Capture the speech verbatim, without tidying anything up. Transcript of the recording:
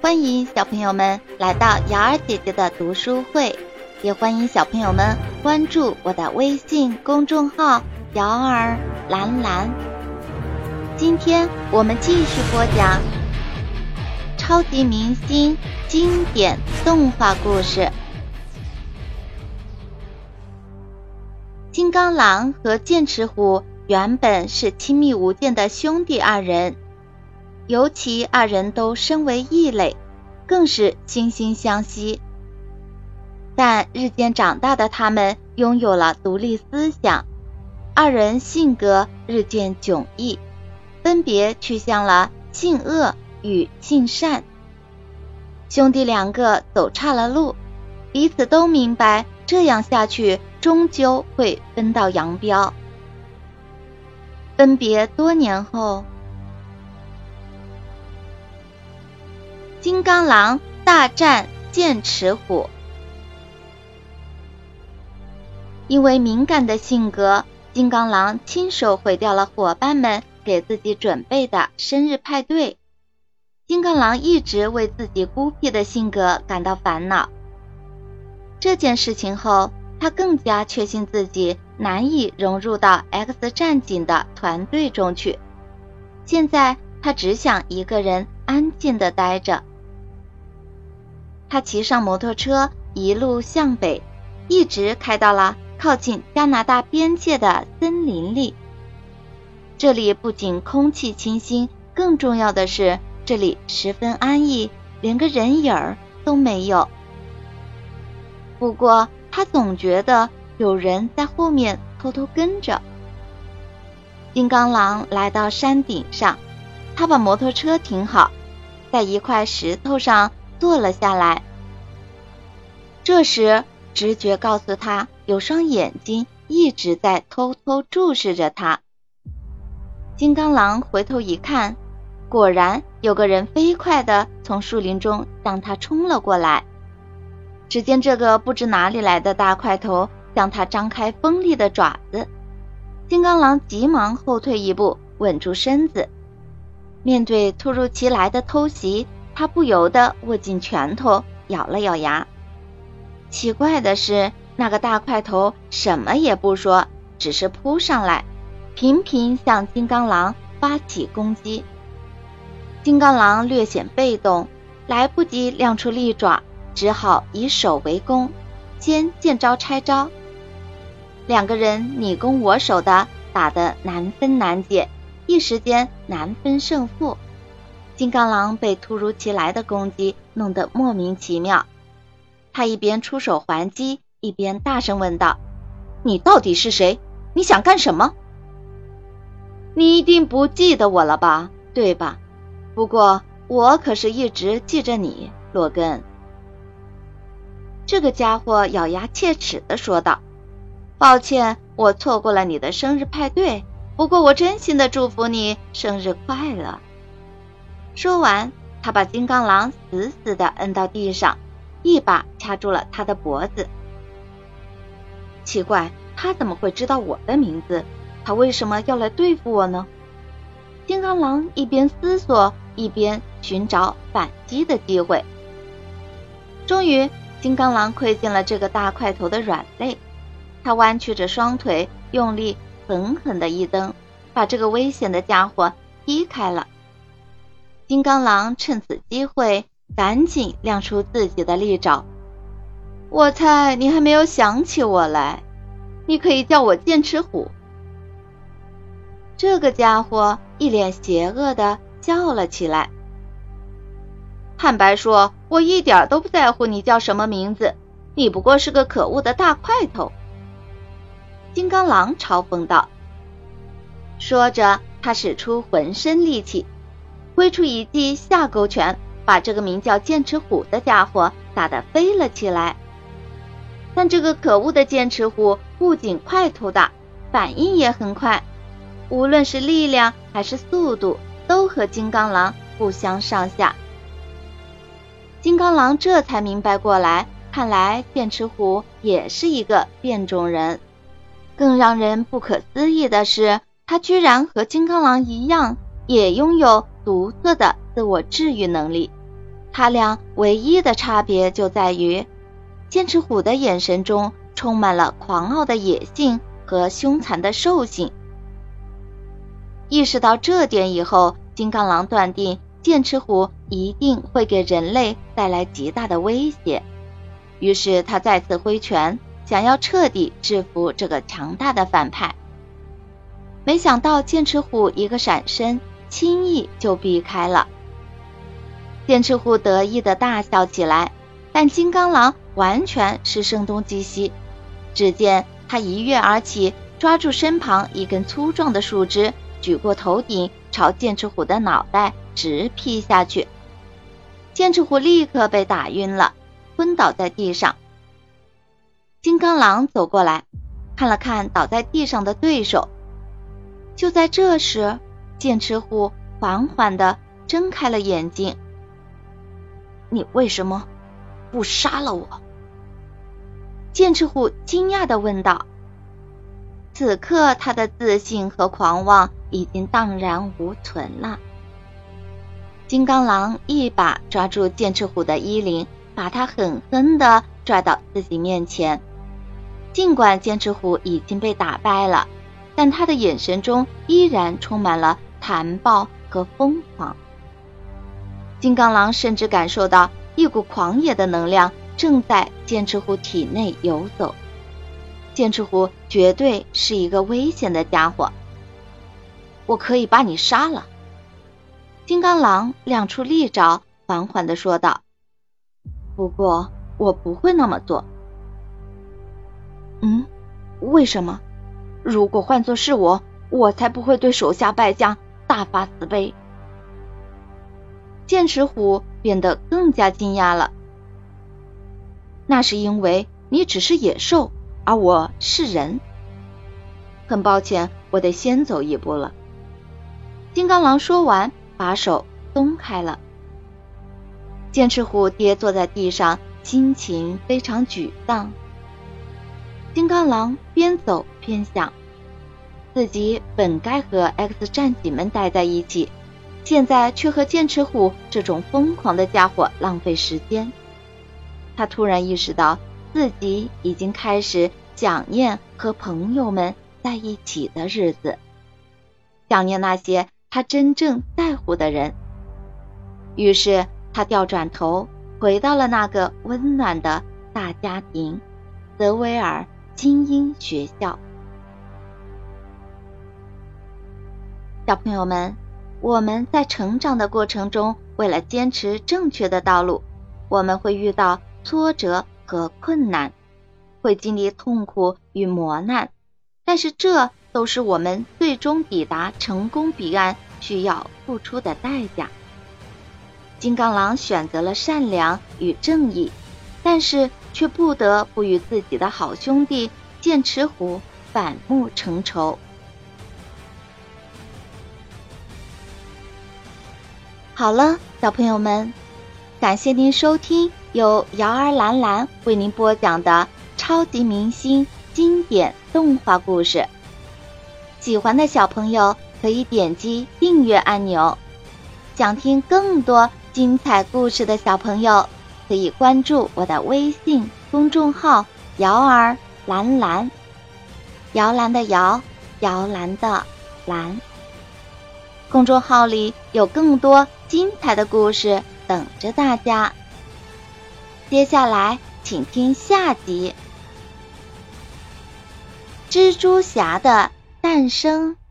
欢迎小朋友们来到瑶儿姐姐的读书会，也欢迎小朋友们关注我的微信公众号瑶儿蓝蓝。今天我们继续播讲超级明星经典动画故事。金刚狼和剑齿虎原本是亲密无间的兄弟二人，尤其二人都身为异类，更是惺惺相惜。但日渐长大的他们拥有了独立思想，二人性格日渐迥异，分别去向了性恶与性善。兄弟两个走岔了路，彼此都明白这样下去终究会分道扬镳。分别多年后，金刚狼大战剑齿虎。因为敏感的性格，金刚狼亲手毁掉了伙伴们给自己准备的生日派对。金刚狼一直为自己孤僻的性格感到烦恼。这件事情后，他更加确信自己难以融入到 X 战警的团队中去。现在他只想一个人安静地待着。他骑上摩托车一路向北，一直开到了靠近加拿大边界的森林里。这里不仅空气清新，更重要的是这里十分安逸，连个人影儿都没有。不过他总觉得有人在后面偷偷跟着。金刚狼来到山顶上，他把摩托车停好，在一块石头上坐了下来。这时直觉告诉他，有双眼睛一直在偷偷注视着他。金刚狼回头一看，果然有个人飞快地从树林中向他冲了过来。只见这个不知哪里来的大块头向他张开锋利的爪子，金刚狼急忙后退一步，稳住身子。面对突如其来的偷袭，他不由得握紧拳头，咬了咬牙。奇怪的是，那个大块头什么也不说，只是扑上来，频频向金刚狼发起攻击。金刚狼略显被动，来不及亮出利爪，只好以守为攻，先见招拆招。两个人你攻我守的，打得难分难解，一时间难分胜负。金刚狼被突如其来的攻击弄得莫名其妙，他一边出手还击，一边大声问道：你到底是谁？你想干什么？你一定不记得我了吧，对吧？不过我可是一直记着你，罗根。这个家伙咬牙切齿地说道：抱歉，我错过了你的生日派对，不过我真心的祝福你生日快乐。说完，他把金刚狼死死地摁到地上，一把掐住了他的脖子。奇怪，他怎么会知道我的名字？他为什么要来对付我呢？金刚狼一边思索，一边寻找反击的机会。终于，金刚狼窥见了这个大块头的软肋，他弯曲着双腿，用力狠狠地一蹬，把这个危险的家伙踢开了。金刚狼趁此机会赶紧亮出自己的利爪。我猜你还没有想起我来，你可以叫我剑齿虎。这个家伙一脸邪恶地笑了起来。坦白说，我一点都不在乎你叫什么名字，你不过是个可恶的大块头。金刚狼嘲讽道。说着，他使出浑身力气，挥出一记下勾拳，把这个名叫剑齿虎的家伙打得飞了起来。但这个可恶的剑齿虎不仅块头大，反应也很快，无论是力量还是速度，都和金刚狼不相上下。金刚狼这才明白过来，看来剑齿虎也是一个变种人。更让人不可思议的是，他居然和金刚狼一样，也拥有独特的自我治愈能力。 他俩唯一的差别就在于，剑齿虎的眼神中充满了狂傲的野性和凶残的兽性。意识到这点以后，金刚狼断定剑齿虎一定会给人类带来极大的威胁，于是他再次挥拳，想要彻底制服这个强大的反派。没想到剑齿虎一个闪身，轻易就避开了。剑齿虎得意地大笑起来，但金刚狼完全是声东击西。只见他一跃而起，抓住身旁一根粗壮的树枝，举过头顶，朝剑齿虎的脑袋直劈下去。剑齿虎立刻被打晕了，昏倒在地上。金刚狼走过来，看了看倒在地上的对手。就在这时，剑齿虎缓缓地睁开了眼睛。你为什么不杀了我？剑齿虎惊讶地问道。此刻他的自信和狂妄已经荡然无存了。金刚狼一把抓住剑齿虎的衣领，把他狠狠地拽到自己面前。尽管剑齿虎已经被打败了，但他的眼神中依然充满了残暴和疯狂。金刚狼甚至感受到一股狂野的能量正在剑齿虎体内游走。剑齿虎绝对是一个危险的家伙。我可以把你杀了。金刚狼亮出利爪，缓缓地说道。不过我不会那么做。嗯，为什么？如果换作是我，我才不会对手下败将大发慈悲。剑齿虎变得更加惊讶了。那是因为你只是野兽，而我是人。很抱歉，我得先走一步了。金刚狼说完，把手松开了。剑齿虎跌坐在地上，心情非常沮丧。金刚狼边走边想，自己本该和 X 战警们待在一起，现在却和剑齿虎这种疯狂的家伙浪费时间。他突然意识到，自己已经开始想念和朋友们在一起的日子，想念那些他真正在乎的人。于是他调转头，回到了那个温暖的大家庭——泽维尔精英学校。小朋友们，我们在成长的过程中，为了坚持正确的道路，我们会遇到挫折和困难，会经历痛苦与磨难，但是这都是我们最终抵达成功彼岸需要付出的代价。金刚狼选择了善良与正义，但是却不得不与自己的好兄弟剑齿虎反目成仇。好了，小朋友们，感谢您收听由瑶儿兰兰为您播讲的超级明星经典动画故事。喜欢的小朋友可以点击订阅按钮，想听更多精彩故事的小朋友可以关注我的微信公众号瑶儿兰兰，摇篮的摇，摇篮的篮。公众号里有更多精彩的故事等着大家。接下来请听下集：蜘蛛侠的诞生。